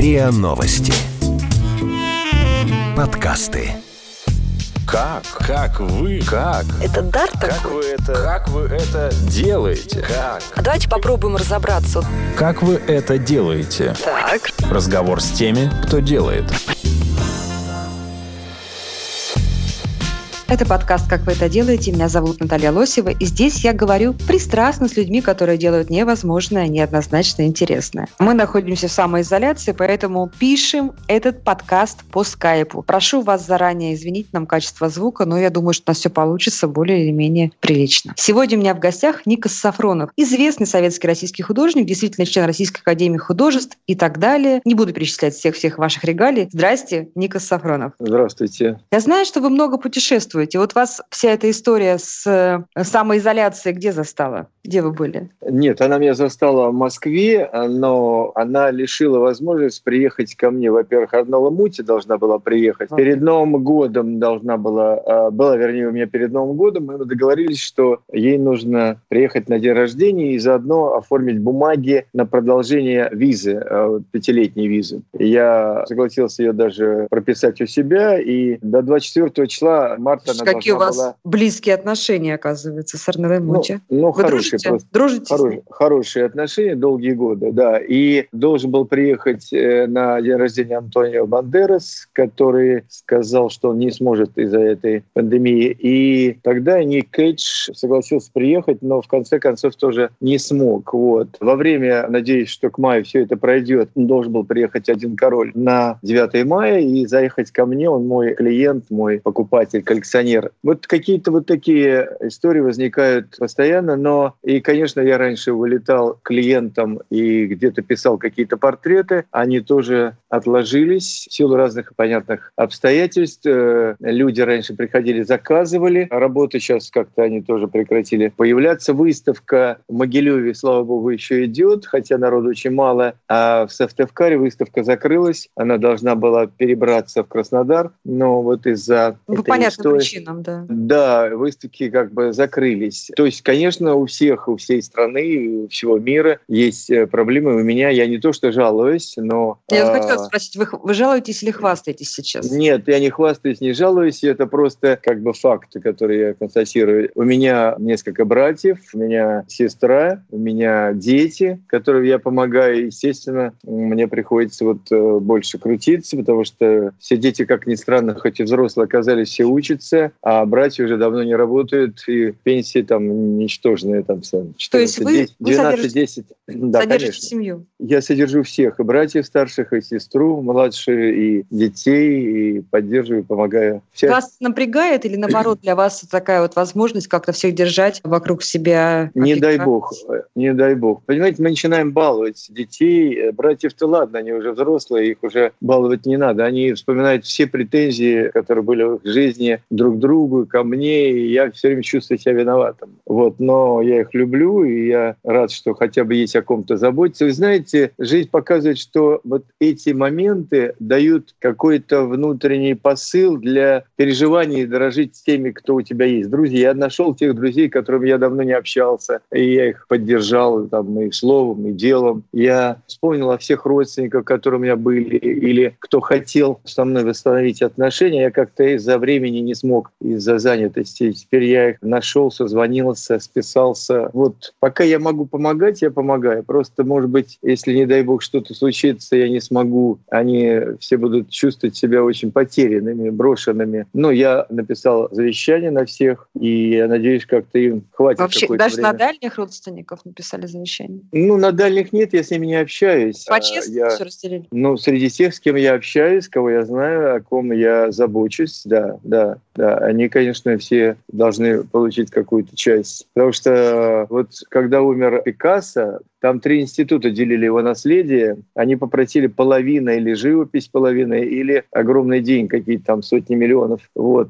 РИА Новости. Подкасты. Как вы? Это дар такой? Как вы это делаете? А давайте попробуем разобраться. Как вы это делаете? Так. Разговор с теми, кто делает. Это подкаст «Как вы это делаете?». Меня зовут Наталья Лосева, и здесь я говорю пристрастно с людьми, которые делают невозможное, неоднозначно интересное. Мы находимся в самоизоляции, поэтому пишем этот подкаст по скайпу. Прошу вас заранее извинить нам качество звука, но я думаю, что у нас все получится более или менее прилично. Сегодня у меня в гостях Никос Сафронов, известный советский российский художник, действительно член Российской академии художеств и так далее. Не буду перечислять всех ваших регалий. Здрасте, Никос Сафронов. Здравствуйте. Я знаю, что вы много путешествуете. Вот вас вся эта история с самоизоляцией где застала? Где вы были? Нет, она меня застала в Москве, но она лишила возможности приехать ко мне. Во-первых, Арна Ламути должна была приехать. Перед Новым годом вернее, у меня перед Новым годом мы договорились, что ей нужно приехать на день рождения и заодно оформить бумаги на продолжение визы, 5-летней визы. Я согласился ее даже прописать у себя, и до 24 числа марта она какие у вас была... близкие отношения, оказывается, с Арной Ламути. Ну, вы хорошие дружите? Дружите? Хорошие отношения, долгие годы, да. И должен был приехать на день рождения Антонио Бандерас, который сказал, что он не сможет из-за этой пандемии. И тогда Ник Кейдж согласился приехать, но в конце концов тоже не смог. Вот. Во время, надеюсь, что к маю все это пройдет, он должен был приехать один король на 9 мая и заехать ко мне. Он мой клиент, мой покупатель, коллекционер. Вот какие-то вот такие истории возникают постоянно, но и, конечно, я раньше вылетал к клиентам и где-то писал какие-то портреты, они тоже отложились в силу разных понятных обстоятельств. Люди раньше приходили, заказывали, работы сейчас как-то они тоже прекратили появляться. Выставка в Могилеве, слава богу, еще идет, хотя народу очень мало, а в Сыктывкаре выставка закрылась, она должна была перебраться в Краснодар, но вот из-за по этой понятным истории... причинам, да. Да, выставки как бы закрылись. То есть, конечно, у всей страны, у всего мира есть проблемы. У меня, я не то что жалуюсь, но... Я хотела спросить, вы жалуетесь или хвастаетесь сейчас? Нет, я не хвастаюсь, не жалуюсь. Это просто как бы факт, который я констатирую. У меня несколько братьев, у меня сестра, у меня дети, которым я помогаю. Естественно, мне приходится больше крутиться, потому что все дети, как ни странно, хоть и взрослые оказались, все учатся, а братья уже давно не работают, и пенсии там ничтожные. Там, 14, то есть вы 12-10. Да, содержите семью? Я содержу всех, и братьев старших, и сестру младшую, и детей, и поддерживаю, помогаю. Вас напрягает или, наоборот, для вас такая вот возможность как-то всех держать вокруг себя? Не дай бог. Понимаете, мы начинаем баловать детей. Братьев-то ладно, они уже взрослые, их уже баловать не надо. Они вспоминают все претензии, которые были в их жизни друг к другу, ко мне, и я все время чувствую себя виноватым. Но я их люблю, и я рад, что хотя бы есть о ком-то заботиться. Вы знаете, жизнь показывает, что вот эти моменты дают какой-то внутренний посыл для переживаний и дорожить теми, кто у тебя есть. Друзья, я нашел тех друзей, с которыми я давно не общался, и я их поддержал и словом, и делом. Я вспомнил о всех родственниках, которые у меня были, или кто хотел со мной восстановить отношения. Я как-то из-за времени не смог, из-за занятости. Теперь я их нашел, созвонился, списался. Пока я могу помогать, я помогаю. Просто, может быть, если, не дай бог, что-то случится, я не смогу, они все будут чувствовать себя очень потерянными, брошенными. Но я написал завещание на всех, и я надеюсь, как-то им хватит вообще, какое-то даже время. на дальних родственников написали завещание? На дальних нет, я с ними не общаюсь. По-честному все разделили? Среди тех, с кем я общаюсь, кого я знаю, о ком я забочусь, да. Они, конечно, все должны получить какую-то часть. Потому что когда умер Пикассо, там 3 института делили его наследие. Они попросили половину или живопись половины, или огромный день, какие-то там сотни миллионов.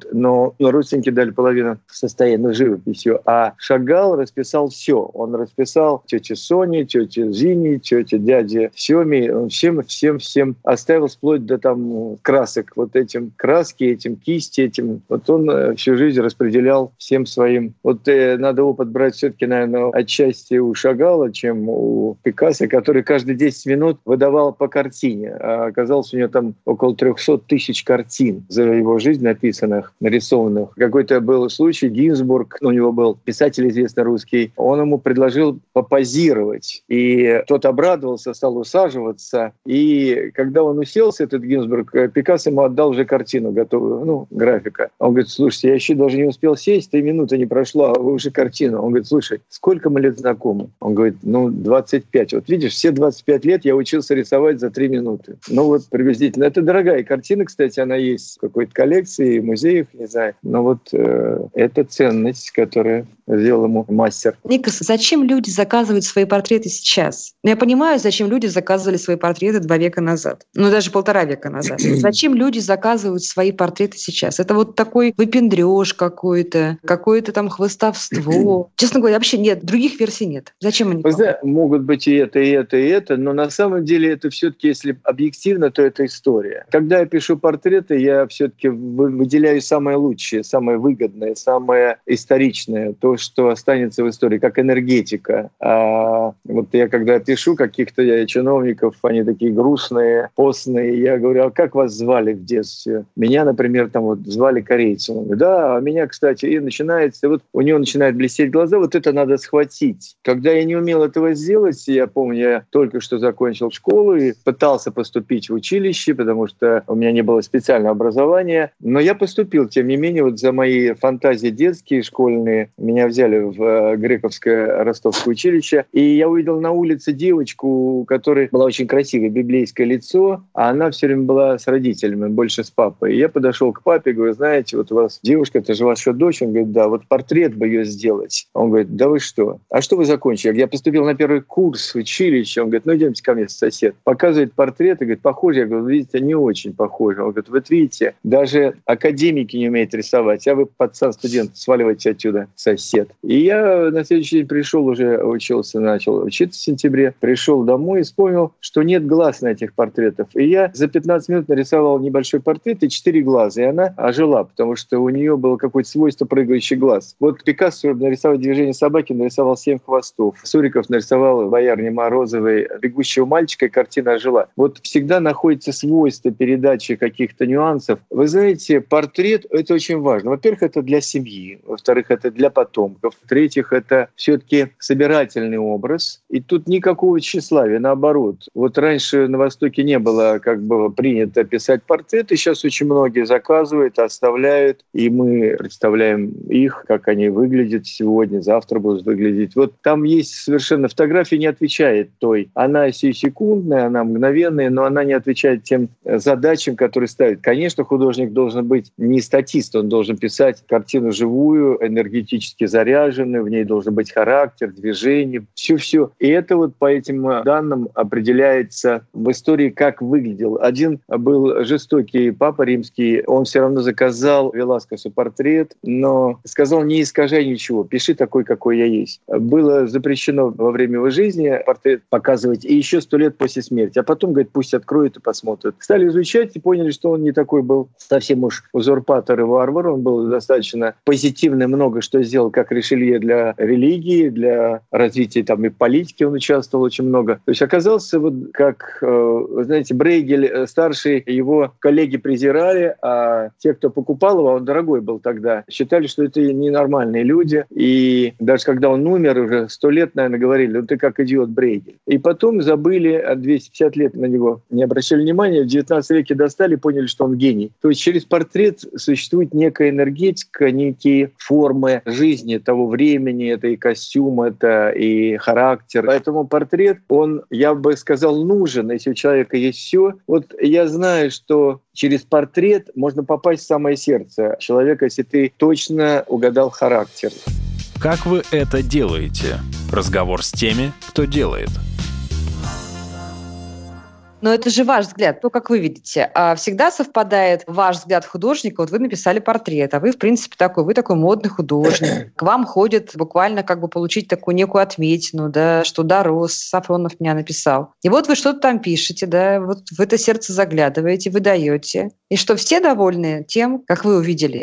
Но родственники дали половину состояния живописью. А Шагал расписал все. Он расписал тете Соне, тете Зине, тете дяде Семе. Он всем оставил вплоть до красок. Этим краски, этим кисти, этим. Он всю жизнь распределял всем своим. Надо опыт брать все-таки, наверное, отчасти у Шагала, чем у Пикассо, который каждые 10 минут выдавал по картине. А оказалось, у него там около 300 тысяч картин за его жизнь написанных, нарисованных. Какой-то был случай, Гинзбург, у него был писатель известный русский, он ему предложил попозировать. И тот обрадовался, стал усаживаться. И когда он уселся, этот Гинзбург, Пикассо ему отдал уже картину готовую, графика. Он говорит: слушайте, я еще даже не успел сесть, 3 минуты не прошло, а вы уже картину. Он говорит: слушай, сколько мы лет знакомы? Он говорит: 25. Вот видишь, все 25 лет я учился рисовать за 3 минуты. Приблизительно. Это дорогая картина, кстати, она есть в какой-то коллекции, в музеях, не знаю. Но это ценность, которая сделал ему мастер. Никас, зачем люди заказывают свои портреты сейчас? Я понимаю, зачем люди заказывали свои портреты 2 века назад. Даже 1,5 века назад. Зачем люди заказывают свои портреты сейчас? Это такой выпендрёж какой-то там хвостовство. Честно говоря, вообще нет, других версий нет. Зачем они? Могут быть и это, но на самом деле это все-таки, если объективно, то это история. Когда я пишу портреты, я все-таки выделяю самое лучшее, самое выгодное, самое историчное, то, что останется в истории, как энергетика. Я когда пишу каких-то чиновников, они такие грустные, постные, я говорю: а как вас звали в детстве? Меня, например, звали корейцем. Он говорит: да, а меня, кстати, и начинается, у него начинают блестеть глаза, это надо схватить. Когда я не умел этого сделать, я помню, я только что закончил школу и пытался поступить в училище, потому что у меня не было специального образования, но я поступил, тем не менее, за мои фантазии детские, школьные, меня взяли в Грековское Ростовское училище, и я увидел на улице девочку, у которой было очень красивое библейское лицо, а она все время была с родителями, больше с папой. И я подошел к папе и говорю: знаете, у вас девушка, это же ваша дочь? Он говорит: да, портрет бы ее сделать. Он говорит: да вы что? А что вы закончили? Я поступил на 1 курс в училище. Он говорит: идемте ко мне, сосед. Показывает портрет и говорит: похоже. Я говорю: видите, не очень похоже. Он говорит: видите, даже академики не умеют рисовать, а вы, пацан-студент, сваливайте отсюда, сосед. И я на следующий день пришел, уже начал учиться в сентябре, пришел домой и вспомнил, что нет глаз на этих портретах. И я за 15 минут нарисовал небольшой портрет и 4 глаза. И она ожила, потому что у нее было какое-то свойство прыгающий глаз. Пикассо, чтобы нарисовать движение собаки, нарисовал 7 хвостов. Суриков нарисовал боярни Морозовой бегущего мальчика, и картина ожила. Всегда находится свойство передачи каких-то нюансов. Вы знаете, портрет — это очень важно. Во-первых, это для семьи. Во-вторых, это для потомков. В-третьих, это все-таки собирательный образ. И тут никакого тщеславия, наоборот. Раньше на Востоке не было принято писать портреты. Сейчас очень многие заказывают, оставляют. И мы представляем их, как они выглядят сегодня, завтра будут выглядеть. Там есть совершенно фотография, не отвечает той. Она сиюсекундная, она мгновенная, но она не отвечает тем задачам, которые ставит. Конечно, художник должен быть не статист, он должен писать картину живую, энергетически заряженную, в ней должен быть характер, движение, все. И это по этим данным определяется в истории, как выглядел. Один был жестокий папа римский, он все равно заказал Веласкесу портрет, но сказал: не искажай ничего, пиши такой, какой я есть. Было запрещено во время его жизни портрет показывать и еще 100 лет после смерти. А потом, говорит, пусть откроют и посмотрят. Стали изучать и поняли, что он не такой был совсем уж узурпатор и варвар. Он был достаточно позитивный, много что сделал, как Ришелье, для религии, для развития и политики он участвовал очень много. То есть оказался, как, вы знаете, Брейгель старший, его коллеги презирали, а те, кто покупал его, он дорогой был тогда, считали, что это ненормальные люди. И даже когда он умер, уже 100 лет, наверное, говорили: ты как идиот Брейгель. И потом забыли, 250 лет на него не обращали внимания, в 19 веке достали, поняли, что он гений. То есть через портрет существует некая энергетика, некие формы жизни того времени, это и костюм, это и характер. Поэтому портрет, он, я бы сказал, нужен, если у человека есть все. Я знаю, что через портрет можно попасть в самое сердце человека, если ты точно угадал характер. Как вы это делаете? Разговор с теми, кто делает. Но это же ваш взгляд, то, как вы видите. Всегда совпадает ваш взгляд художника. Вы написали портрет, а вы, в принципе, вы такой модный художник. К вам ходят буквально получить такую некую отметину, что Рос, Сафронов меня написал. И вы что-то там пишете, в это сердце заглядываете, вы даете. И что, все довольны тем, как вы увидели их?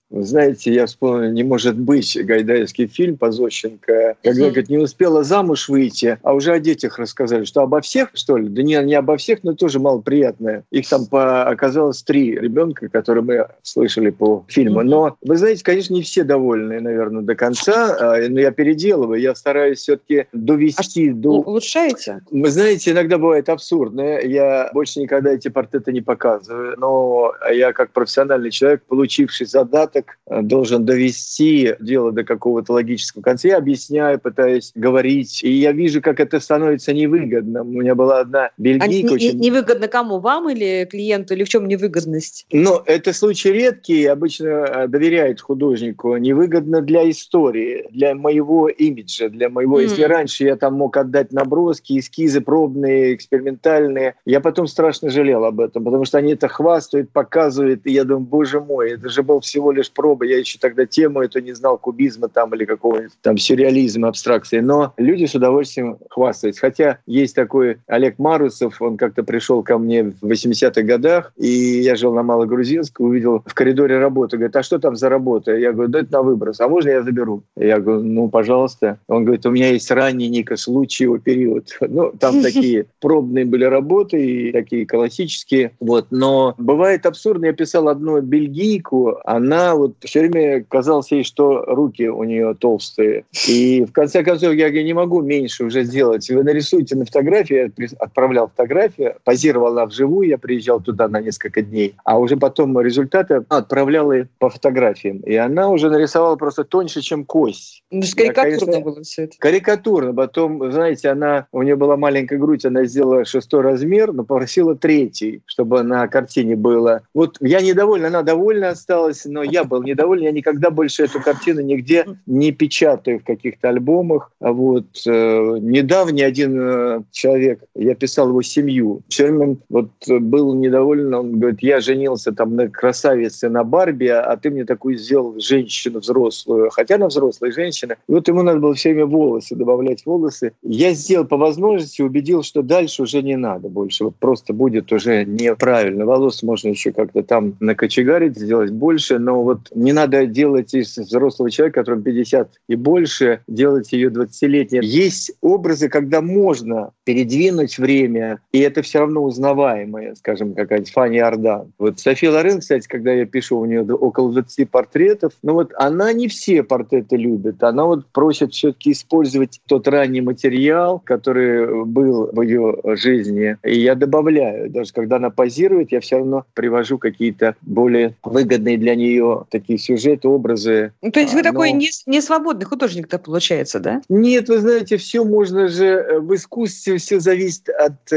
Вы знаете, я вспомнил «Не может быть» гайдаевский фильм Позощенко, когда, говорит, не успела замуж выйти, а уже о детях рассказали. Что обо всех, что ли? Да не обо всех, но тоже малоприятное. Их там оказалось 3 ребенка, которые мы слышали по фильму. Но, вы знаете, конечно, не все довольны, наверное, до конца. Но я переделываю. Я стараюсь все-таки довести до... Улучшаете? Вы знаете, иногда бывает абсурдно. Я больше никогда эти портреты не показываю. Но я, как профессиональный человек, получивший задаток, должен довести дело до какого-то логического конца. Я объясняю, пытаюсь говорить. И я вижу, как это становится невыгодно. У меня была одна бельгийка... Невыгодно кому? Вам или клиенту? Или в чем невыгодность? Ну, это случай редкий. Обычно доверяют художнику. Невыгодно для истории, для моего имиджа, для моего... Если раньше я там мог отдать наброски, эскизы пробные, экспериментальные, я потом страшно жалел об этом, потому что они это хвастают, показывают, и я думаю, боже мой, это же был всего лишь проба. Я еще тогда тему эту не знал, кубизма там или какого-нибудь там сюрреализма, абстракции. Но люди с удовольствием хвастаются. Хотя есть такой Олег Марусов, он как-то пришел ко мне в 80-х годах, и я жил на Малогрузинской, увидел в коридоре работу. Говорит, а что там за работа? Я говорю, да это на выброс. А можно я заберу? Я говорю, ну, пожалуйста. Он говорит, у меня есть ранний Никос Лучио период. Ну, там такие пробные были работы, и такие классические. Вот. Но бывает абсурдно. Я писал одну бельгийку, она вот все время казалось ей, что руки у нее толстые. И в конце концов я говорю, не могу меньше уже сделать. Вы нарисуйте на фотографии. Я отправлял фотографию, позировал она вживую, я приезжал туда на несколько дней. А уже потом результаты отправлял и по фотографиям. И она уже нарисовала просто тоньше, чем кость. Ну, карикатурно было все это. Карикатурно. Потом, знаете, у нее была маленькая грудь, она сделала 6-й размер, но попросила 3-й, чтобы на картине было. Вот я недоволен, она довольна осталась, но я был недоволен. Я никогда больше эту картину нигде не печатаю в каких-то альбомах. Вот. Недавний один человек, я писал его семью, все время вот был недоволен, он говорит, я женился там на красавице, на Барби, а ты мне такую сделал женщину взрослую. Хотя она взрослая женщина. И вот ему надо было все время добавлять волосы. Я сделал по возможности, убедил, что дальше уже не надо больше. Вот просто будет уже неправильно. Волос можно еще как-то там накочегарить, сделать больше, но вот не надо делать из взрослого человека, которому 50 и больше, делать ее 20-летней. Есть образы, когда можно передвинуть время, и это все равно узнаваемое, скажем, какая-нибудь Фанни Ардан. Вот София Лорен, кстати, когда я пишу, у нее около 20 портретов, но вот она не все портреты любит, она вот просит все-таки использовать тот ранний материал, который был в ее жизни, и я добавляю, даже когда она позирует, я все равно привожу какие-то более выгодные для нее такие сюжеты, образы. Ну, то есть вы такой не свободный художник-то получается, да? Нет, вы знаете, все можно же в искусстве, все зависит от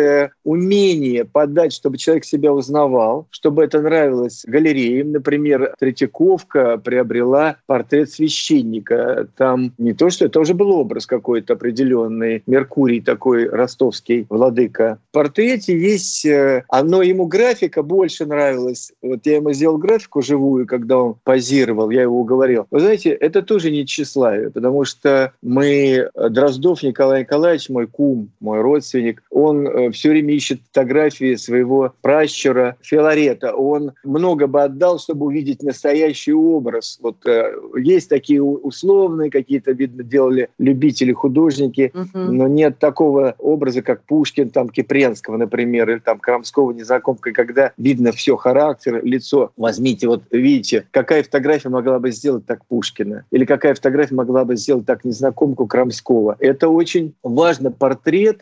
умения подать, чтобы человек себя узнавал, чтобы это нравилось галереям. Например, Третьяковка приобрела портрет священника. Там не то, что это уже был образ какой-то определенный, Меркурий такой ростовский, владыка. В портрете есть, но ему графика больше нравилась. Вот я ему сделал графику живую, когда он позировал, я его уговорил. Вы знаете, это тоже не тщеславие, потому что Дроздов Николай Николаевич, мой кум, мой родственник, он все время ищет фотографии своего пращура Филарета. Он много бы отдал, чтобы увидеть настоящий образ. Вот есть такие условные, какие-то, видно, делали любители, художники, но нет такого образа, как Пушкин, там, Кипренского, например, или там Крамского, Незнакомка, когда видно все, характер, лицо. Возьмите, вот видите, какая фотография могла бы сделать так Пушкина, или какая фотография могла бы сделать так Незнакомку Крамского. Это очень важно. Портрет.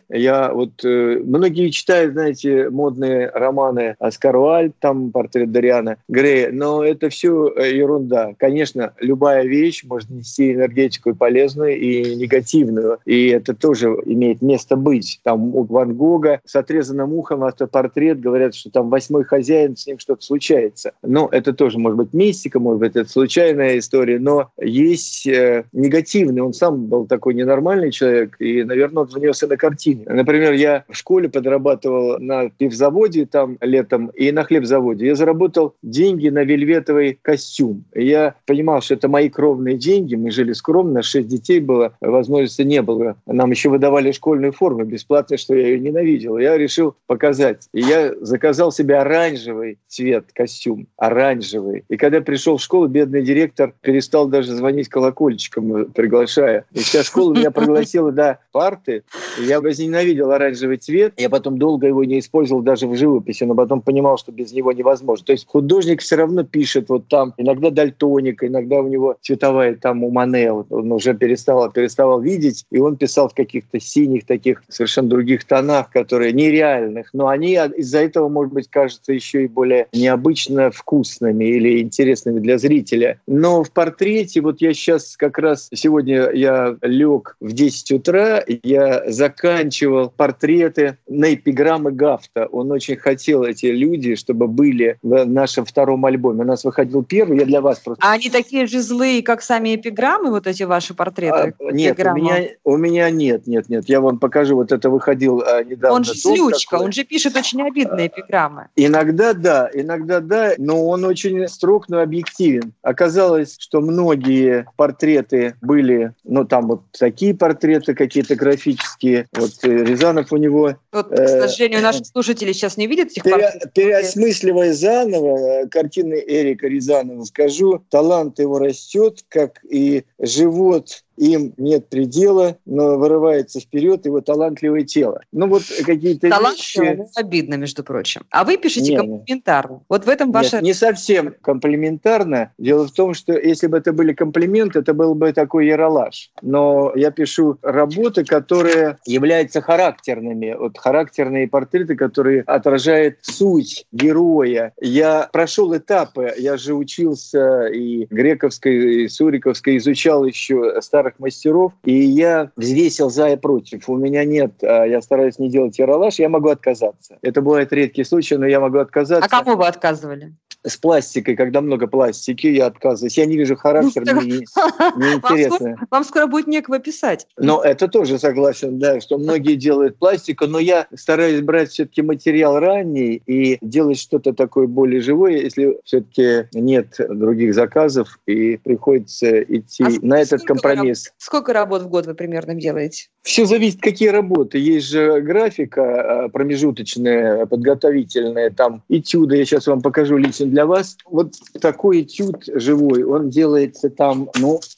Многие читают, знаете, модные романы Оскара Уайльда, там портрет Дориана Грея, но это все ерунда. Конечно, любая вещь может нести энергетику и полезную, и негативную, и это тоже имеет место быть. Там у Ван Гога с отрезанным ухом автопортрет, говорят, что там 8-й хозяин, с ним что-то случается. Но это тоже может быть мистика, может быть, это случайная история, но есть негативный. Он сам был такой ненормальный человек, и, наверное, он внес и на картине Например, я в школе подрабатывал на пивзаводе там летом и на хлебзаводе. Я заработал деньги на вельветовый костюм. Я понимал, что это мои кровные деньги. Мы жили скромно, 6 детей было, возможности не было. Нам еще выдавали школьную форму бесплатно, что я ее ненавидел. Я решил показать. И я заказал себе оранжевый цвет костюм. Оранжевый. И когда пришел в школу, бедный директор перестал даже звонить колокольчиком, приглашая. И вся школа меня пригласила до парты. И я возненавидел оранжевый цвет. Я потом долго его не использовал даже в живописи, но потом понимал, что без него невозможно. То есть художник все равно пишет вот там, иногда дальтоник, иногда у него цветовая там у Мане, он уже переставал видеть, и он писал в каких-то синих таких совершенно других тонах, которые нереальных, но они из-за этого, может быть, кажутся еще и более необычно вкусными или интересными для зрителя. Но в портрете, вот я сейчас как раз, сегодня я лег в 10 утра, я заканчивал портреты на эпиграммы Гафта. Он очень хотел, эти люди, чтобы были в нашем втором альбоме. У нас выходил первый, я для вас просто... А они такие же злые, как сами эпиграммы, вот эти ваши портреты? Нет, у меня нет. Я вам покажу, вот это выходил недавно. Он же злючка, он же пишет очень обидные эпиграммы. Иногда да, но он очень строг, но объективен. Оказалось, что многие портреты были, там вот такие портреты какие-то графические. Вот Рязанов у него... Вот, к сожалению, наши слушатели сейчас не видят этих портретов. Переосмысливая заново картины Эрика Рязанова, скажу, талант его растет, как и живот им нет предела, но вырывается вперед его талантливое тело. Вот какие-то вещи... обидно, между прочим. А вы пишете комплиментарно. Вот в этом ваша... Нет, не совсем комплиментарно. Дело в том, что если бы это были комплименты, это был бы такой яролаж. Но я пишу работы, которые являются характерными. Вот характерные портреты, которые отражают суть героя. Я прошел этапы. Я же учился и грековской, и суриковской, изучал еще старых мастеров, и я взвесил за и против. У меня нет, я стараюсь не делать яролаж, я могу отказаться. Это бывает редкий случай, но я могу отказаться. А кому вы отказывали? С пластикой, когда много пластики, я отказываюсь. Я не вижу характер, мне неинтересно. Вам скоро будет некого писать. Но это тоже согласен, да, что многие делают пластику, но я стараюсь брать все-таки материал ранний и делать что-то такое более живое, если все-таки нет других заказов и приходится идти на этот компромисс. Сколько работ в год вы примерно делаете? Все зависит, какие работы. Есть же графика промежуточная, подготовительная, там этюды. Я сейчас вам покажу лично для вас. Вот такой этюд живой, он делается там,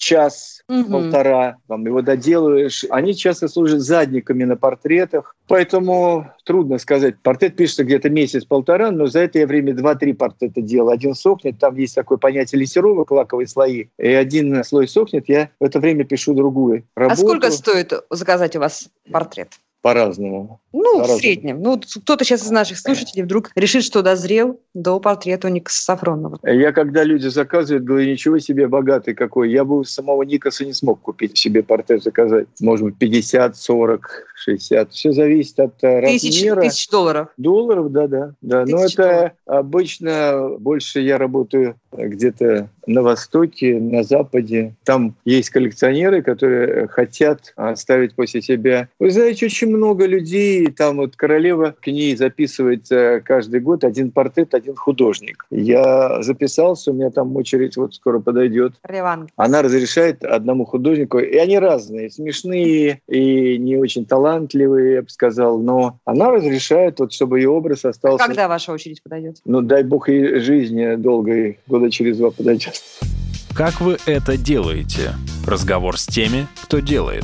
час-полтора, его доделываешь. Они часто служат задниками на портретах, поэтому трудно сказать. Портрет пишется где-то месяц-полтора, но за это время 2-3 портрета делал. Один сохнет, там есть такое понятие лессировок, лаковые слои, и один слой сохнет, я в это время пишу другую работу. А сколько стоит заказать у вас портрет? По-разному. В среднем. Кто-то сейчас из наших слушателей вдруг решит, что дозрел до портрета Никаса Сафронова. Я, когда люди заказывают, говорю, ничего себе, богатый какой. Я бы самого Никаса не смог купить себе портрет заказать. Может быть, 50, 40, 60. Все зависит от размера. Тысяч долларов. Долларов, да. Но это обычно больше я работаю где-то на Востоке, на Западе. Там есть коллекционеры, которые хотят оставить после себя. Вы знаете, очень много людей. Там вот королева, к ней записывается каждый год один портрет, один художник. Я записался, у меня там очередь вот скоро подойдет. Она разрешает одному художнику, и они разные, смешные и не очень талантливые, я бы сказал, но она разрешает, вот, чтобы ее образ остался. Когда ваша очередь подойдет? Дай бог ей жизни долгой, года через 2 подойдет. Как вы это делаете? Разговор с теми, кто делает.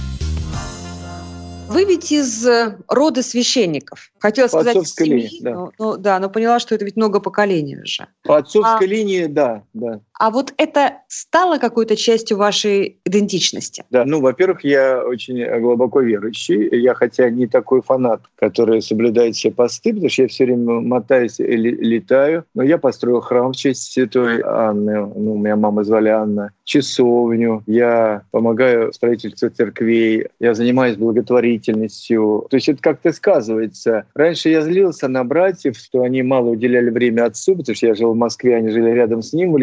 Вы ведь из рода священников. Хотела сказать, из семьи, но поняла, что это ведь много поколений уже. По отцовской линии, да. А вот это стало какой-то частью вашей идентичности? Да, во-первых, я очень глубоко верующий. Я, хотя не такой фанат, который соблюдает все посты, потому что я все время мотаюсь и летаю. Но я построил храм в честь святой Анны. Меня мама звали Анна. Часовню. Я помогаю в строительстве церквей. Я занимаюсь благотворительностью. То есть это как-то сказывается. Раньше я злился на братьев, что они мало уделяли время отцу, потому что я жил в Москве, они жили рядом с ним, в Ульяновске.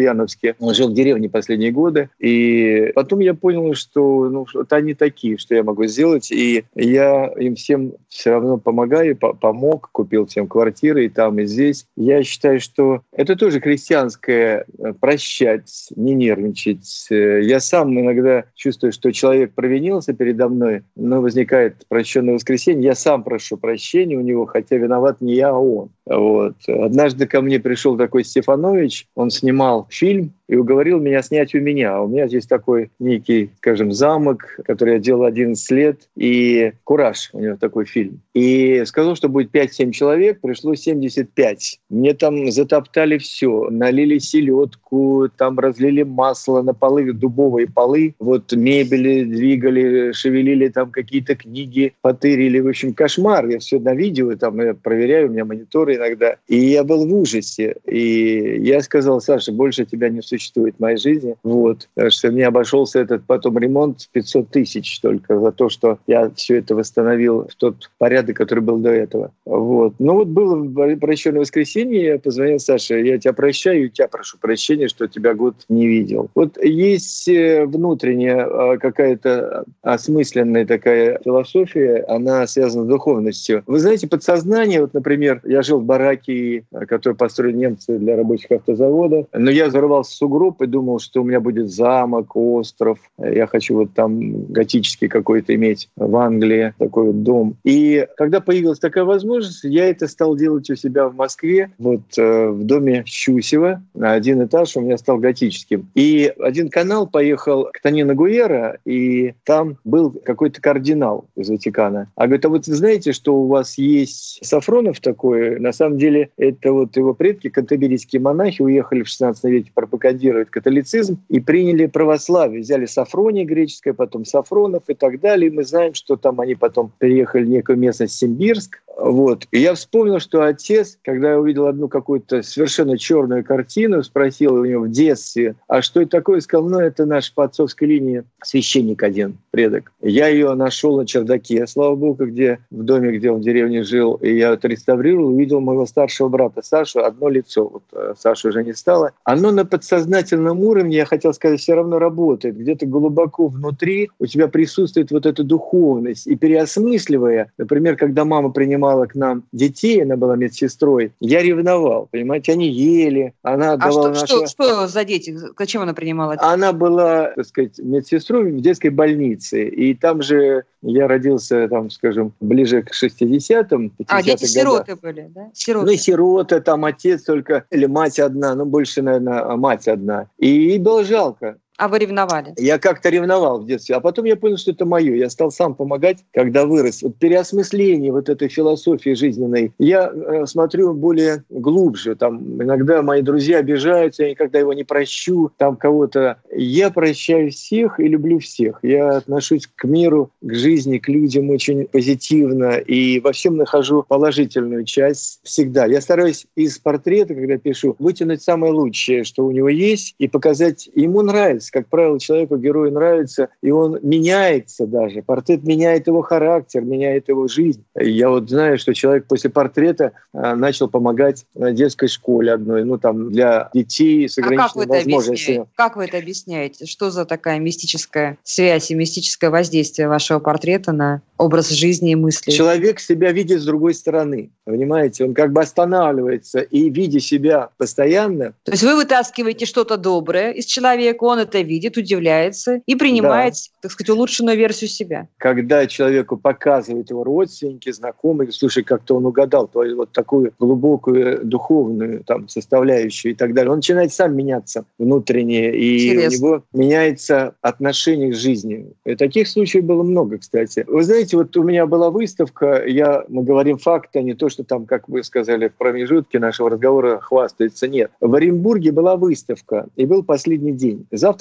практически. Он жил в деревне последние годы. И потом я понял, что вот они такие, что я могу сделать. И я им всем все равно помогаю, помог, купил всем квартиры и там, и здесь. Я считаю, что это тоже христианское прощать, не нервничать. Я сам иногда чувствую, что человек провинился передо мной, но возникает прощенное воскресенье. Я сам прошу прощения у него, хотя виноват не я, а он. Вот. Однажды ко мне пришел такой Стефанович, он снимал фильм и уговорил меня снять у меня. У меня здесь такой некий, скажем, замок, который я делал 11 лет, и «Кураж», у него такой фильм. И сказал, что будет 5-7 человек, пришло 75. Мне там затоптали все, налили селедку, там разлили масло на полы, дубовые полы, вот мебели двигали, шевелили там какие-то книги, потырили. В общем, кошмар. Я все на видео, там я проверяю, у меня мониторы иногда. И я был в ужасе. И я сказал: Саша, больше тебя не существует в моей жизни. Вот. Потому что мне обошелся этот потом ремонт в 500 тысяч только за то, что я все это восстановил в тот порядок, который был до этого. Вот. Ну вот было прощенное воскресенье, я позвонил Саше: я тебя прощаю, и тебя прошу прощения, что тебя год не видел. Вот есть внутренняя какая-то осмысленная такая философия, она связана с духовностью. Вы знаете, подсознание, вот, например, я жил в бараке, который построили немцы для рабочих автозавода, но я зарывался в сугроб и думал, что у меня будет замок, остров, я хочу вот там готический какой-то иметь в Англии, такой вот дом. И когда появилась такая возможность, я это стал делать у себя в Москве, вот в доме Щусева, на один этаж у меня стал готическим. И один канал поехал к Тонино Гуэра, и там был какой-то кардинал из Ватикана. А говорит: а вот вы знаете, что у вас есть Сафронов такой? На самом деле это вот его предки, кантаберийские монахи, уехали в 16 веке пропагандировать католицизм и приняли православие. Взяли Сафрония греческое, потом Сафронов и так далее. И мы знаем, что там они потом переехали в некую местность Симбирск. Вот. И я вспомнил, что отец, когда я увидел одну какую-то совершенно черную картину, спросил у него в детстве: а что это такое? Сказал: ну, это наш по отцовской линии священник один, предок. Я ее нашел на чердаке, слава богу, где в доме, где он в деревне жил, и я это реставрировал, увидел моего старшего брата Сашу, одно лицо, вот Саши уже не стало. Оно на подсознательном уровне, я хотел сказать, все равно работает. Где-то глубоко внутри у тебя присутствует вот эта духовность. И переосмысливая, например, когда мама принимала к нам детей, она была медсестрой, я ревновал, понимаете, они ели, она отдавала что за дети? Зачем она принимала? Она была, так сказать, медсестрой в детской больнице, и там же я родился, там, скажем, ближе к 60-м, 50-м дети сироты были, да? Сироты. Ну и сироты, там отец только, или мать одна, ну больше, наверное, мать одна. И ей было жалко. А вы ревновали? Я как-то ревновал в детстве, а потом я понял, что это мое. Я стал сам помогать, когда вырос. Вот переосмысление вот этой философии жизненной. Я смотрю более глубже. Там иногда мои друзья обижаются, я никогда его не прощу, там кого-то. Я прощаю всех и люблю всех. Я отношусь к миру, к жизни, к людям очень позитивно и во всем нахожу положительную часть всегда. Я стараюсь из портрета, когда пишу, вытянуть самое лучшее, что у него есть, и показать, ему нравится. Как правило, человеку, герою нравится, и он меняется даже. Портрет меняет его характер, меняет его жизнь. Я вот знаю, что человек после портрета начал помогать на детской школе одной, ну там для детей с ограниченными возможностями. Как вы это объясняете? Что за такая мистическая связь и мистическое воздействие вашего портрета на образ жизни и мысли? Человек себя видит с другой стороны, понимаете? Он как бы останавливается и, видя себя постоянно... То есть вы вытаскиваете что-то доброе из человека, он это видит, удивляется и принимает, так сказать, улучшенную версию себя. Когда человеку показывают его родственники, знакомые, слушай, как-то он угадал твою вот такую глубокую духовную там составляющую и так далее, он начинает сам меняться внутренне, и Интересно. у него меняется отношение к жизни. И таких случаев было много, кстати. Вы знаете, вот у меня была выставка, мы говорим факты, а не то, что там, как вы сказали, в промежутке нашего разговора хвастается. Нет. В Оренбурге была выставка, и был последний день. Завтра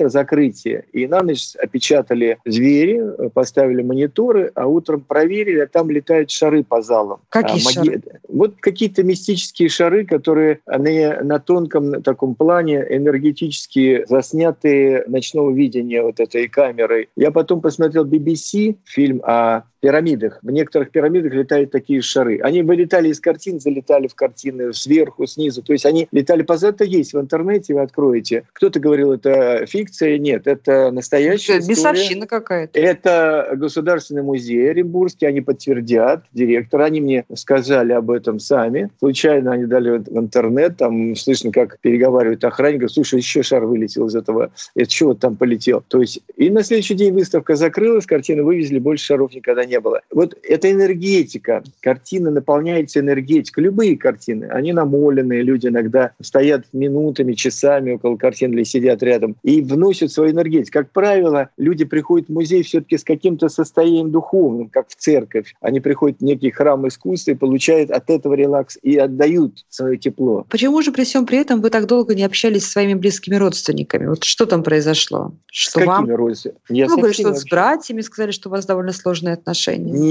завтра закрытие. И на ночь опечатали двери, поставили мониторы, а утром проверили, а там летают шары по залам. Какие шары? Вот какие-то мистические шары, которые на тонком таком плане энергетически засняты ночного видения вот этой камерой. Я потом посмотрел BBC, фильм о пирамидах. В некоторых пирамидах летают такие шары. Они вылетали из картин, залетали в картины сверху, снизу. То есть они летали по залу. Это есть в интернете, вы откроете. Кто-то говорил, это фикция. Нет, это настоящая история. Бесовщина какая-то. Это Государственный музей Оренбургский. Они подтвердят, директор. Они мне сказали об этом сами. Случайно они дали в интернет. Там слышно, как переговаривают охранник. Слушай, еще шар вылетел из этого. Это чего там полетел? То есть и на следующий день выставка закрылась, картины вывезли, больше шаров никогда не было. Вот это энергетика. Картина наполняется энергетикой. Любые картины, они намоленные. Люди иногда стоят минутами, часами около картин или сидят рядом и вносят свою энергетику. Как правило, люди приходят в музей все-таки с каким-то состоянием духовным, как в церковь. Они приходят в некий храм искусства и получают от этого релакс и отдают свое тепло. Почему же при всем при этом вы так долго не общались со своими близкими родственниками? Вот что там произошло? Что с какими родственниками? Вы говорите, что с братьями сказали, что у вас довольно сложные отношения.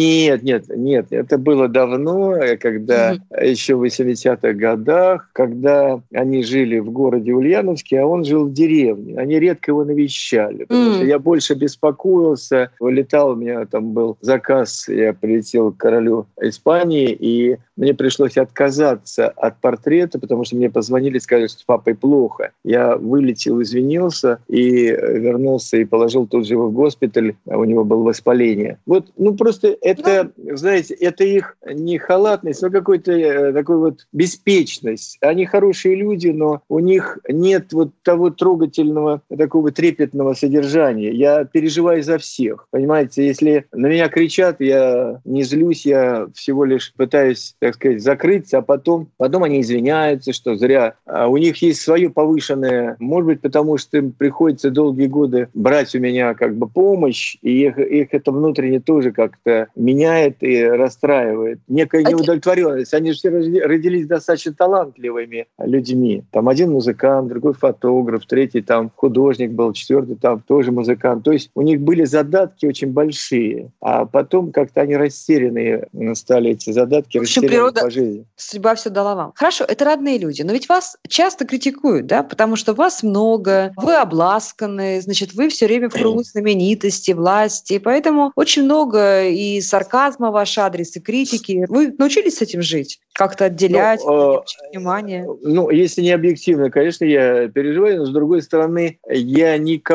Нет. Это было давно, когда еще в 80-х годах, когда они жили в городе Ульяновске, а он жил в деревне. Они редко его навещали, потому что я больше беспокоился. Вылетал, у меня там был заказ, я прилетел к королю Испании, и мне пришлось отказаться от портрета, потому что мне позвонили, сказали, что с папой плохо. Я вылетел, извинился и вернулся и положил тут же его в госпиталь, а у него было воспаление. Вот, просто это, знаете, это их не халатность, но какой-то такой вот беспечность. Они хорошие люди, но у них нет вот того трогательного, такого трепетного содержания. Я переживаю за всех. Понимаете, если на меня кричат, я не злюсь, я всего лишь пытаюсь, так сказать, закрыться, а потом они извиняются, что зря. А у них есть свое повышенное, может быть, потому что им приходится долгие годы брать у меня как бы помощь, и их это внутренне тоже как-то меняет и расстраивает. Некая неудовлетворенность. Они же все родились достаточно талантливыми людьми. Там один музыкант, другой фотограф, третий там художник был, четвертый там тоже музыкант. То есть у них были задатки очень большие, а потом как-то они растерянные стали, эти задатки, растеряны по жизни. Судьба все дала вам. Хорошо, это родные люди, но ведь вас часто критикуют, да, потому что вас много, вы обласканы, значит, вы все время в кругу знаменитости, власти, поэтому очень много и сарказма в ваш адрес, и критики. Вы научились с этим жить? Как-то отделять, внимание? Если не объективно, конечно, я переживаю, но с другой стороны, я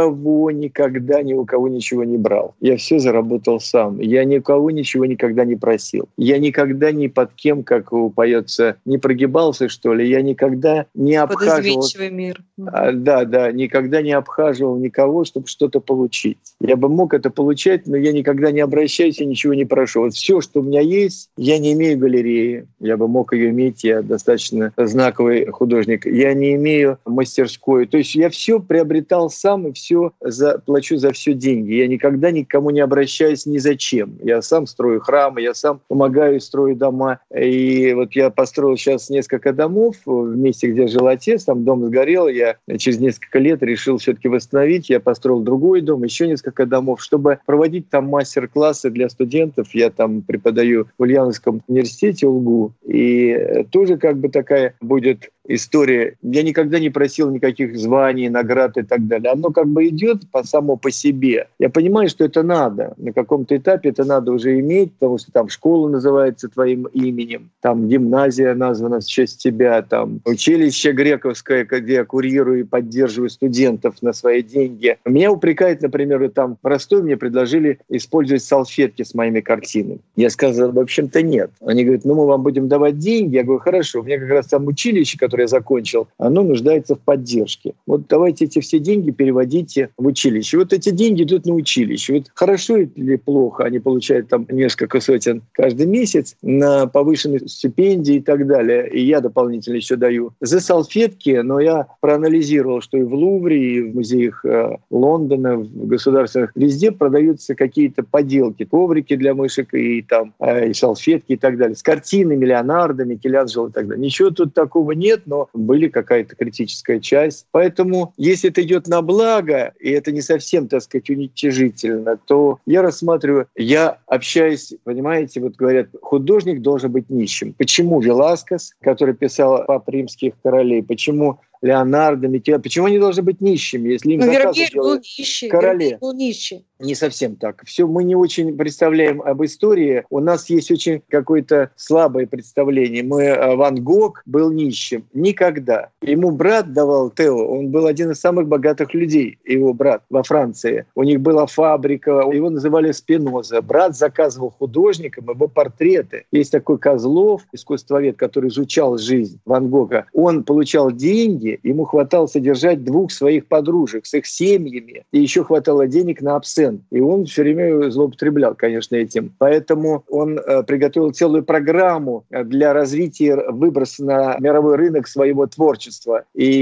никогда ни у кого ничего не брал. Я все заработал сам. Я ни у кого ничего никогда не просил. Я никогда ни под кем, как поется, не прогибался, что ли. Я никогда не обхаживал... Подизменчивый мир. Да, никогда не обхаживал никого, чтобы что-то получить. Я бы мог это получать, но я никогда не обращаюсь и ничего не прошу. Вот все, что у меня есть, я не имею галереи. Я бы мог ее иметь, я достаточно знаковый художник. Я не имею мастерской. То есть я все приобретал сам и все плачу за все деньги. Я никогда никому не обращаюсь ни за чем. Я сам строю храмы, я сам помогаю строить дома. И вот я построил сейчас несколько домов в месте, где жил отец. Там дом сгорел. Я через несколько лет решил все-таки восстановить. Я построил другой дом, еще несколько домов, чтобы проводить там мастер-классы для студентов. Я там преподаю в Ульяновском университете УЛГУ. И тоже как бы такая будет история. Я никогда не просил никаких званий, наград и так далее. Оно как бы идет само по себе. Я понимаю, что это надо. На каком-то этапе это надо уже иметь, потому что там школа называется твоим именем, там гимназия названа в честь тебя, там училище грековское, где я курирую и поддерживаю студентов на свои деньги. Меня упрекают, например, там в Ростове мне предложили использовать салфетки с моими картинами. Я сказал, в общем-то, нет. Они говорят, мы вам будем давать деньги. Я говорю, хорошо, у меня как раз там училище, которое я закончил, оно нуждается в поддержке. Вот давайте эти все деньги переводите в училище. Вот эти деньги идут на училище. Вот хорошо или плохо, они получают там несколько сотен каждый месяц на повышенные стипендии и так далее. И я дополнительно еще даю за салфетки, но я проанализировал, что и в Лувре, и в музеях Лондона, в государственных, везде продаются какие-то поделки, коврики для мышек и там и салфетки и так далее. С картинами Леонардо, Микеланджело и так далее. Ничего тут такого нет. но были какая-то критическая часть. Поэтому, если это идет на благо, и это не совсем, так сказать, уничижительно, то я рассматриваю, я общаюсь, понимаете, вот говорят, художник должен быть нищим. Почему Веласкес, который писал «Пап римских королей», почему Леонардо, Микеланджело, почему они должны быть нищими, если им заказы делают короли? Не совсем так. Все, мы не очень представляем об истории. У нас есть очень какое-то слабое представление. Ван Гог был нищим. Никогда. Ему брат давал, Тео, он был один из самых богатых людей, его брат, во Франции. У них была фабрика, его называли Спиноза. Брат заказывал художникам его портреты. Есть такой Козлов, искусствовед, который изучал жизнь Ван Гога. Он получал деньги, ему хватало содержать 2 своих подружек с их семьями, и еще хватало денег на абсент. И он все время злоупотреблял, конечно, этим. Поэтому он приготовил целую программу для развития, выброса на мировой рынок своего творчества.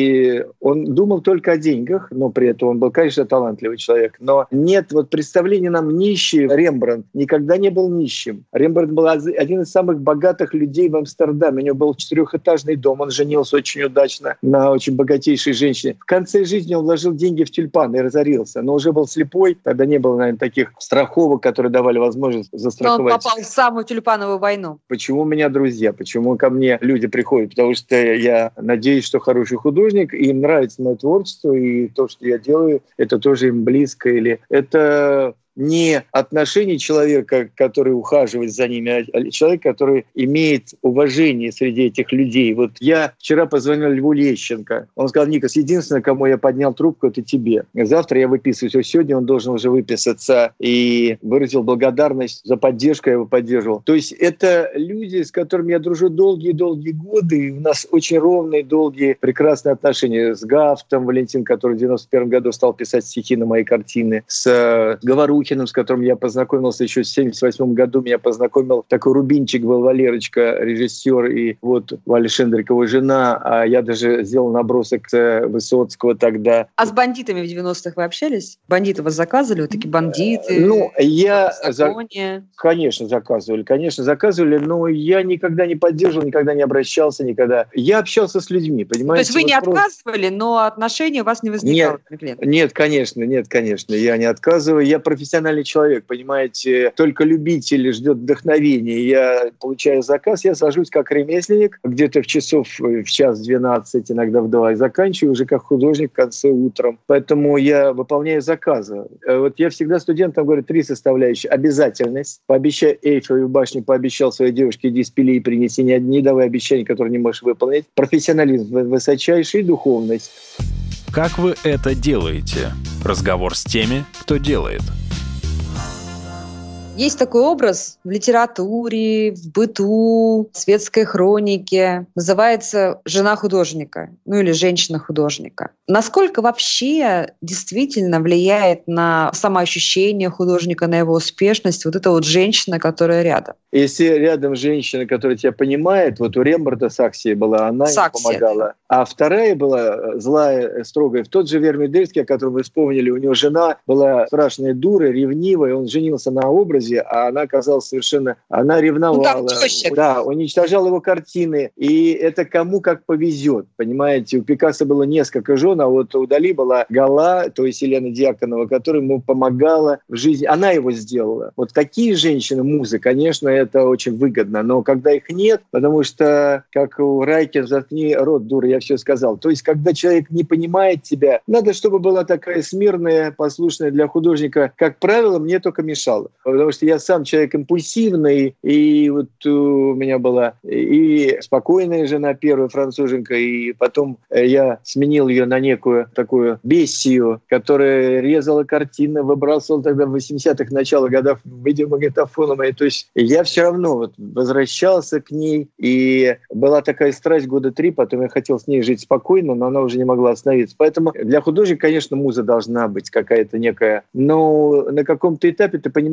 И он думал только о деньгах, но при этом он был, конечно, талантливый человек. Но нет представления нам нищий. Рембрандт никогда не был нищим. Рембрандт был один из самых богатых людей в Амстердаме. У него был 4-этажный дом, он женился очень удачно на очень богатейшей женщине. В конце жизни он вложил деньги в тюльпаны и разорился, но уже был слепой, тогда не было, наверное, таких страховок, которые давали возможность застраховать. Но он попал в самую тюльпановую войну. Почему у меня друзья? Почему ко мне люди приходят? Потому что я надеюсь, что хороший художник, и им нравится мое творчество, и то, что я делаю, это тоже им близко. Или это не отношение человека, который ухаживает за ними, а человек, который имеет уважение среди этих людей. Вот я вчера позвонил Льву Лещенко. Он сказал: Никос, единственное, кому я поднял трубку, это тебе. Завтра я выписываюсь. Сегодня он должен уже выписаться. И выразил благодарность за поддержку, я его поддерживал. То есть это люди, с которыми я дружу долгие-долгие годы. И у нас очень ровные, долгие, прекрасные отношения. С Гафтом Валентин, который в 91 году стал писать стихи на мои картины. С Говорухиным, с которым я познакомился еще в 1978 году. Меня познакомил такой Рубинчик был, Валерочка, режиссер, и вот Валя Шендрикова жена. А я даже сделал набросок Высоцкого тогда. А с бандитами в 90-х вы общались? Бандиты вас заказывали? Вот такие бандиты? Конечно, заказывали, но я никогда не поддерживал, никогда не обращался, никогда. Я общался с людьми, понимаете? То есть вы не отказывали, но отношения у вас не возникало? Нет, конечно, я не отказываю. Я профессиональный человек, понимаете, только любитель ждет вдохновения. Я получаю заказ, я сажусь как ремесленник, где-то в час 12, иногда в 2, и заканчиваю уже как художник в конце утром. Поэтому я выполняю заказы. Вот я всегда студентам говорю 3 составляющие. Обязательность. Пообещай Эйфелеву башню, пообещал своей девушке, иди спили и принеси. Не давай обещаний, которые не можешь выполнить. Профессионализм высочайший, и духовность. Как вы это делаете? Разговор с теми, кто делает. Есть такой образ в литературе, в быту, в светской хронике. Называется «жена художника», или «женщина художника». Насколько вообще действительно влияет на самоощущение художника, на его успешность вот эта вот женщина, которая рядом? Если рядом женщина, которая тебя понимает, вот у Рембрандта Саксия была, она ему помогала. Да. А вторая была злая, строгая. В тот же Вермеедельский, о котором вы вспомнили, у него жена была страшная дура, ревнивая, он женился на образе, а она оказалась совершенно... Она ревновала. Да, уничтожала его картины. И это кому как повезет, понимаете? У Пикассо было несколько жен, а вот у Дали была Гала, то есть Елена Дьяконова, которая ему помогала в жизни. Она его сделала. Вот такие женщины, музы, конечно, это очень выгодно. Но когда их нет, потому что, как у Райкин, заткни рот, дура, я все сказал. То есть, когда человек не понимает тебя, надо, чтобы была такая смирная, послушная для художника. Как правило, мне только мешало. Потому что я сам человек импульсивный, и вот у меня была и спокойная жена, первая француженка, и потом я сменил ее на некую такую бестию, которая резала картины, выбрасывала тогда в 80-х, начало годов видеомагнитофоном. То есть я все равно вот возвращался к ней, и была такая страсть 3 года, потом я хотел с ней жить спокойно, но она уже не могла остановиться. Поэтому для художника, конечно, муза должна быть какая-то некая, но на каком-то этапе ты понимаешь, это не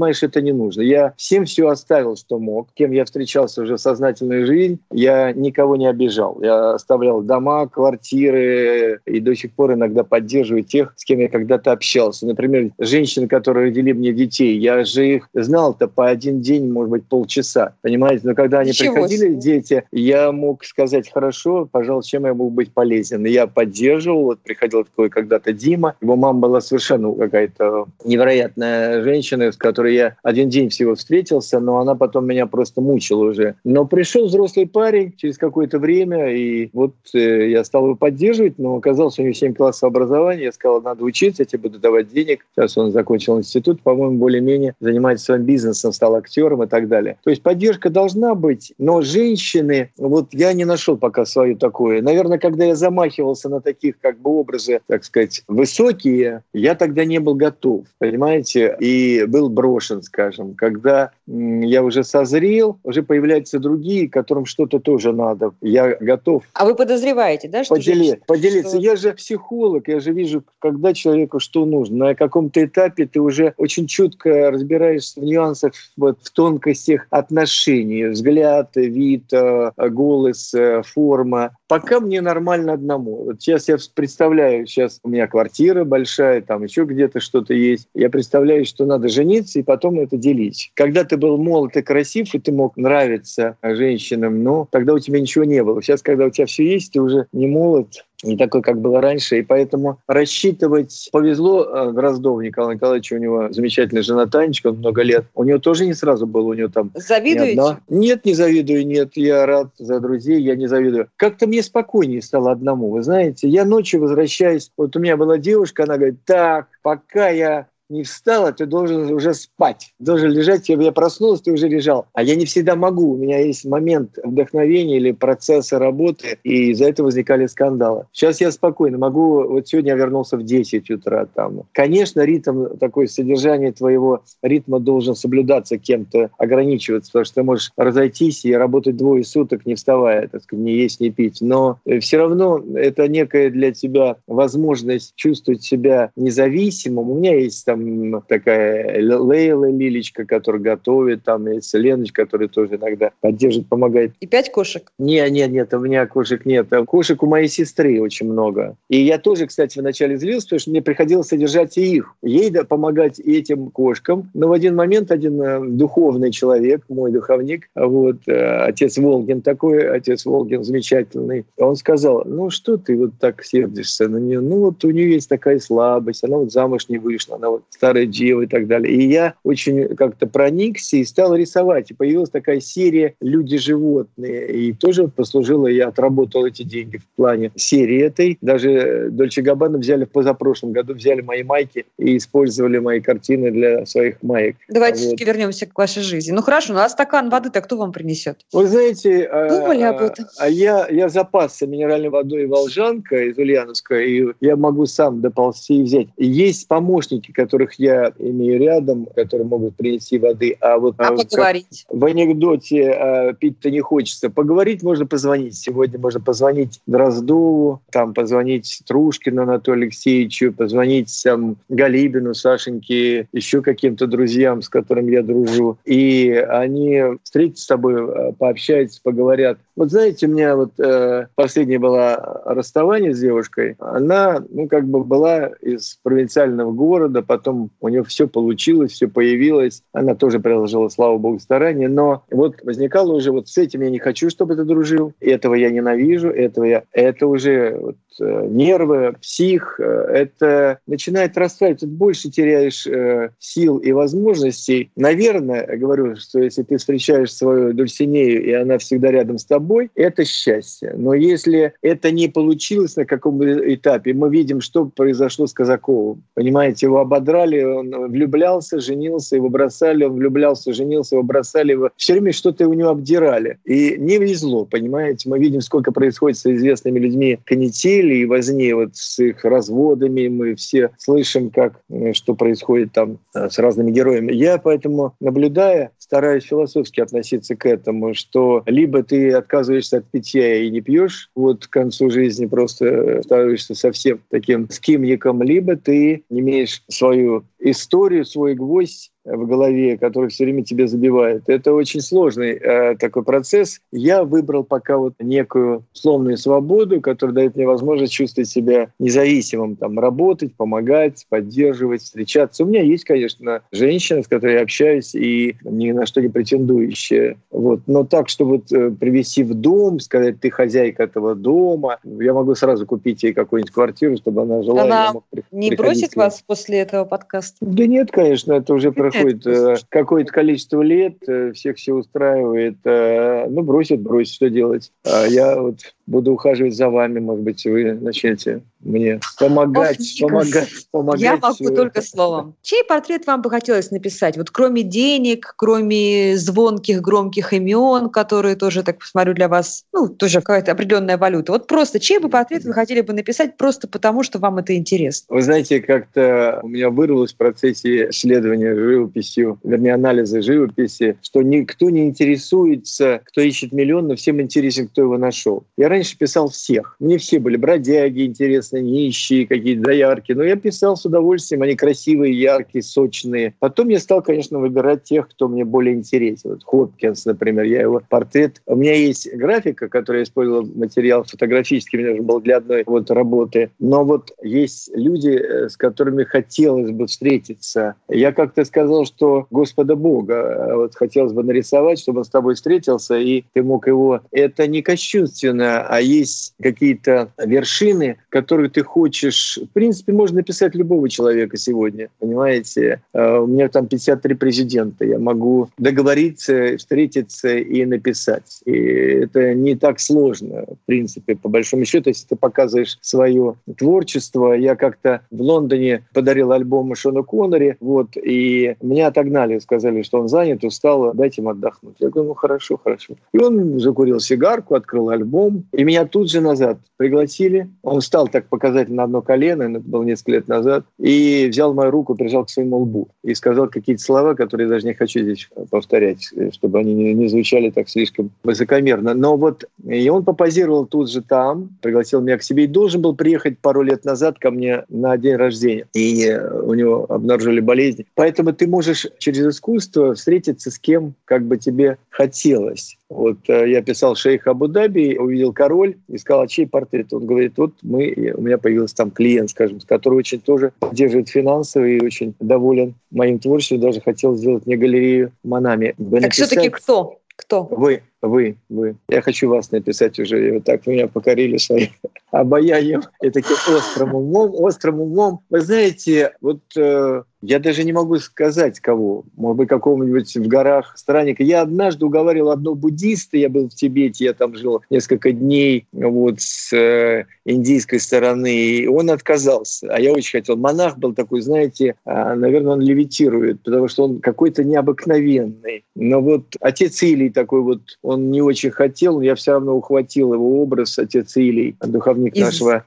не нужно. Я всем все оставил, что мог. С кем я встречался уже в сознательную жизнь, я никого не обижал. Я оставлял дома, квартиры и до сих пор иногда поддерживаю тех, с кем я когда-то общался. Например, женщины, которые родили мне детей, я же их знал-то по один день, может быть, полчаса, понимаете? Но когда они приходили, дети, я мог сказать: хорошо, пожалуйста, чем я мог быть полезен? И я поддерживал. Вот приходил такой когда-то Дима, его мама была совершенно какая-то невероятная женщина, с которой я один день всего встретился, но она потом меня просто мучила уже. Но пришел взрослый парень через какое-то время, и вот я стал его поддерживать, но оказалось, у него 7 классов образования. Я сказал: надо учиться, я тебе буду давать денег. Сейчас он закончил институт, по-моему, более-менее занимается своим бизнесом, стал актером и так далее. То есть поддержка должна быть, но женщины, вот я не нашел пока свою такое. Наверное, когда я замахивался на таких как бы образы, так сказать, высокие, я тогда не был готов, понимаете, и был брошен, скажем. Когда я уже созрел, уже появляются другие, которым что-то тоже надо. Я готов. А вы подозреваете, да, что поделиться. Что... Я же психолог, я же вижу, когда человеку что нужно. На каком-то этапе ты уже очень четко разбираешься в нюансах, вот, в тонкостях отношений. Взгляд, вид, голос, форма. Пока мне нормально одному. Вот сейчас я представляю, сейчас у меня квартира большая, там еще где-то что-то есть. Я представляю, что надо жениться и потом это делить. Когда ты был молод и красив, и ты мог нравиться женщинам, но тогда у тебя ничего не было. Сейчас, когда у тебя все есть, ты уже не молод, не такой, как было раньше, и поэтому рассчитывать... Повезло Дроздову Николаю Николаевичу, у него замечательная жена Танечка, он много лет. У него тоже не сразу было, у него там... Завидуете? Нет, не завидую, нет, я рад за друзей, я не завидую. Как-то мне спокойнее стало одному, вы знаете. Я ночью возвращаюсь, вот у меня была девушка, она говорит: так, пока я не встала, ты должен уже спать. Должен лежать, я проснулась, ты уже лежал. А я не всегда могу. У меня есть момент вдохновения или процесса работы, и из-за этого возникали скандалы. Сейчас я спокойно могу. Вот сегодня я вернулся в 10 утра. Там. Конечно, ритм, такое содержание твоего ритма должен соблюдаться кем-то, ограничиваться, потому что ты можешь разойтись и работать 2 суток, не вставая, так сказать, не есть, не пить. Но все равно это некая для тебя возможность чувствовать себя независимым. У меня есть там такая Лейла Лилечка, которая готовит, там есть Леночка, которая тоже иногда поддерживает, помогает. И 5 кошек? Нет, у меня кошек нет. Кошек у моей сестры очень много. И я тоже, кстати, вначале злился, потому что мне приходилось содержать и их. Ей помогать и этим кошкам. Но в один момент один духовный человек, мой духовник, вот, отец Волгин такой, отец Волгин замечательный, он сказал: ну что ты вот так сердишься на нее? Ну вот у нее есть такая слабость, она вот замуж не вышла, она вот старая дева и так далее. И я очень как-то проникся и стал рисовать. И появилась такая серия «Люди-животные». И тоже послужила, я отработал эти деньги в плане серии этой. Даже Дольче Габбана взяли в позапрошлом году, взяли мои майки и использовали мои картины для своих маек. Давайте все-таки вернемся к вашей жизни. Ну хорошо, а стакан воды-то кто вам принесет? Вы знаете, думали об этом? Я запасся минеральной водой «Волжанка» из Ульяновска, и я могу сам доползти и взять. Есть помощники, которых я имею рядом, которые могут принести воды. А вот поговорить? В анекдоте пить-то не хочется. Поговорить можно позвонить. Сегодня можно позвонить Дроздову, там позвонить Трушкину Анатолию Алексеевичу, позвонить там Галибину, Сашеньке, еще каким-то друзьям, с которыми я дружу. И они встретятся с тобой, пообщаются, поговорят. Вот знаете, у меня вот последнее было расставание с девушкой. Она, была из провинциального города, потом у нее все получилось, все появилось. Она тоже приложила, слава богу, старания. Но вот возникало уже, вот с этим я не хочу, чтобы ты дружил. Этого я ненавижу, это уже вот, нервы, псих. Это начинает расстраивать. Ты больше теряешь сил и возможностей. Наверное, я говорю, что если ты встречаешь свою Дульсинею, и она всегда рядом с тобой, это счастье. Но если это не получилось на каком-то этапе, мы видим, что произошло с Казаковым. Понимаете, его ободрали, он влюблялся, женился, его бросали, он влюблялся, женился, его бросали, его... все время что-то у него обдирали. И не везло, понимаете. Мы видим, сколько происходит с известными людьми канители и возни вот с их разводами. Мы все слышим, что происходит там с разными героями. Я поэтому, наблюдая, стараюсь философски относиться к этому, что либо ты отказываешься от питья и не пьешь, вот к концу жизни просто становишься совсем таким скимником, либо ты имеешь свою историю, свой гвоздь в голове, который все время тебе забивает. Это очень сложный такой процесс. Я выбрал пока вот некую условную свободу, которая дает мне возможность чувствовать себя независимым, там, работать, помогать, поддерживать, встречаться. У меня есть, конечно, женщина, с которой я общаюсь, и ни на что не претендующая. Вот. Но так, чтобы вот привести в дом, сказать, ты хозяйка этого дома, я могу сразу купить ей какую-нибудь квартиру, чтобы она жила. Она не бросит вас после этого подкаста? Да нет, конечно, это уже проходит какое-то количество лет, всех все устраивает. Ну, бросит, что делать? Я вот буду ухаживать за вами, может быть, вы начнете мне помогать. Я могу только словом. Чей портрет вам бы хотелось написать? Вот кроме денег, кроме звонких, громких имен, которые тоже, так посмотрю, для вас, ну, тоже какая-то определенная валюта. Вот просто чей бы портрет вы хотели бы написать просто потому, что вам это интересно? Вы знаете, как-то у меня вырвалось в процессе исследования живописью, вернее, анализа живописи, что никто не интересуется, кто ищет миллион, но всем интересен, кто его нашел. Я раньше писал всех. Мне все были бродяги интересные, нищие, какие-то доярки. Но я писал с удовольствием. Они красивые, яркие, сочные. Потом я стал, конечно, выбирать тех, кто мне более интересен. Вот Хопкинс, например, я его портрет. У меня есть графика, которую я использовал, материал фотографический, у меня же был для одной вот работы. Но вот есть люди, с которыми хотелось бы встретиться. Я как-то сказал, что Господа Бога вот хотелось бы нарисовать, чтобы он с тобой встретился, и ты мог его... Это не кощунственно, а есть какие-то вершины, которые ты хочешь... В принципе, можно написать любого человека сегодня, понимаете? У меня там 53 президента. Я могу договориться, встретиться и написать. И это не так сложно, в принципе, по большому счету, если ты показываешь свое творчество. Я как-то в Лондоне подарил альбом Шону Коннери, вот, и меня отогнали, сказали, что он занят, устал, дайте ему отдохнуть. Я говорю, ну хорошо. И он закурил сигарку, открыл альбом, и меня тут же назад пригласили. Он встал так показательно на одно колено, это было несколько лет назад, и взял мою руку, прижал к своему лбу и сказал какие-то слова, которые я даже не хочу здесь повторять, чтобы они не звучали так слишком высокомерно. Но вот и он попозировал тут же там, пригласил меня к себе и должен был приехать пару лет назад ко мне на день рождения. И у него обнаружили болезнь. Поэтому ты можешь через искусство встретиться с кем, как бы тебе хотелось. Вот я писал шейх Абу-Даби, увидел король и сказал, а чей портрет? Он говорит, вот у меня появился там клиент, скажем, который очень тоже поддерживает финансово и очень доволен моим творчеством, даже хотел сделать мне галерею Манами. Так все-таки кто? Вы. Я хочу вас написать уже. И вот так вы меня покорили своим обаянием и таким острым умом. Вы знаете, вот я даже не могу сказать кого. Может быть, какого-нибудь в горах странника. Я однажды уговаривал одного буддиста, я был в Тибете, я там жил несколько дней вот с индийской стороны, и он отказался. А я очень хотел. Монах был такой, знаете, наверное, он левитирует, потому что он какой-то необыкновенный. Но вот отец Илий такой вот, он не очень хотел, но я все равно ухватил его образ, отец Илий, духовник нашего...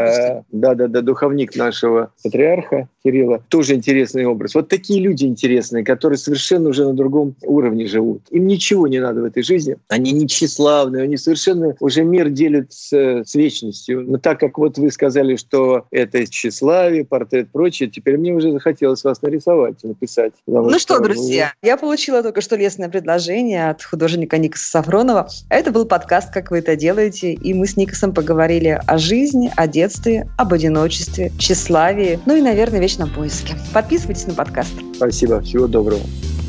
духовник нашего патриарха Кирилла. Тоже интересный образ. Вот такие люди интересные, которые совершенно уже на другом уровне живут. Им ничего не надо в этой жизни. Они не тщеславные, они совершенно уже мир делят с вечностью. Но так как вот вы сказали, что это тщеславие, портрет, прочее, теперь мне уже захотелось вас нарисовать, написать. Ну что, друзья, я получила только что лестное предложение от художника Никаса Сафронова. Это был подкаст «Как вы это делаете», и мы с Никасом поговорили о жизни, о детстве, об одиночестве, тщеславии, ну и, наверное, вечном поиске. Подписывайтесь на подкаст. Спасибо, всего доброго.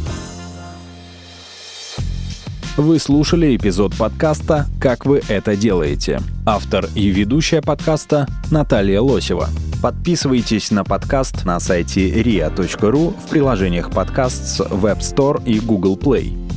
Вы слушали эпизод подкаста «Как вы это делаете». Автор и ведущая подкаста Наталья Лосева. Подписывайтесь на подкаст на сайте ria.ru, в приложениях подкаст с Web Store и Google Play.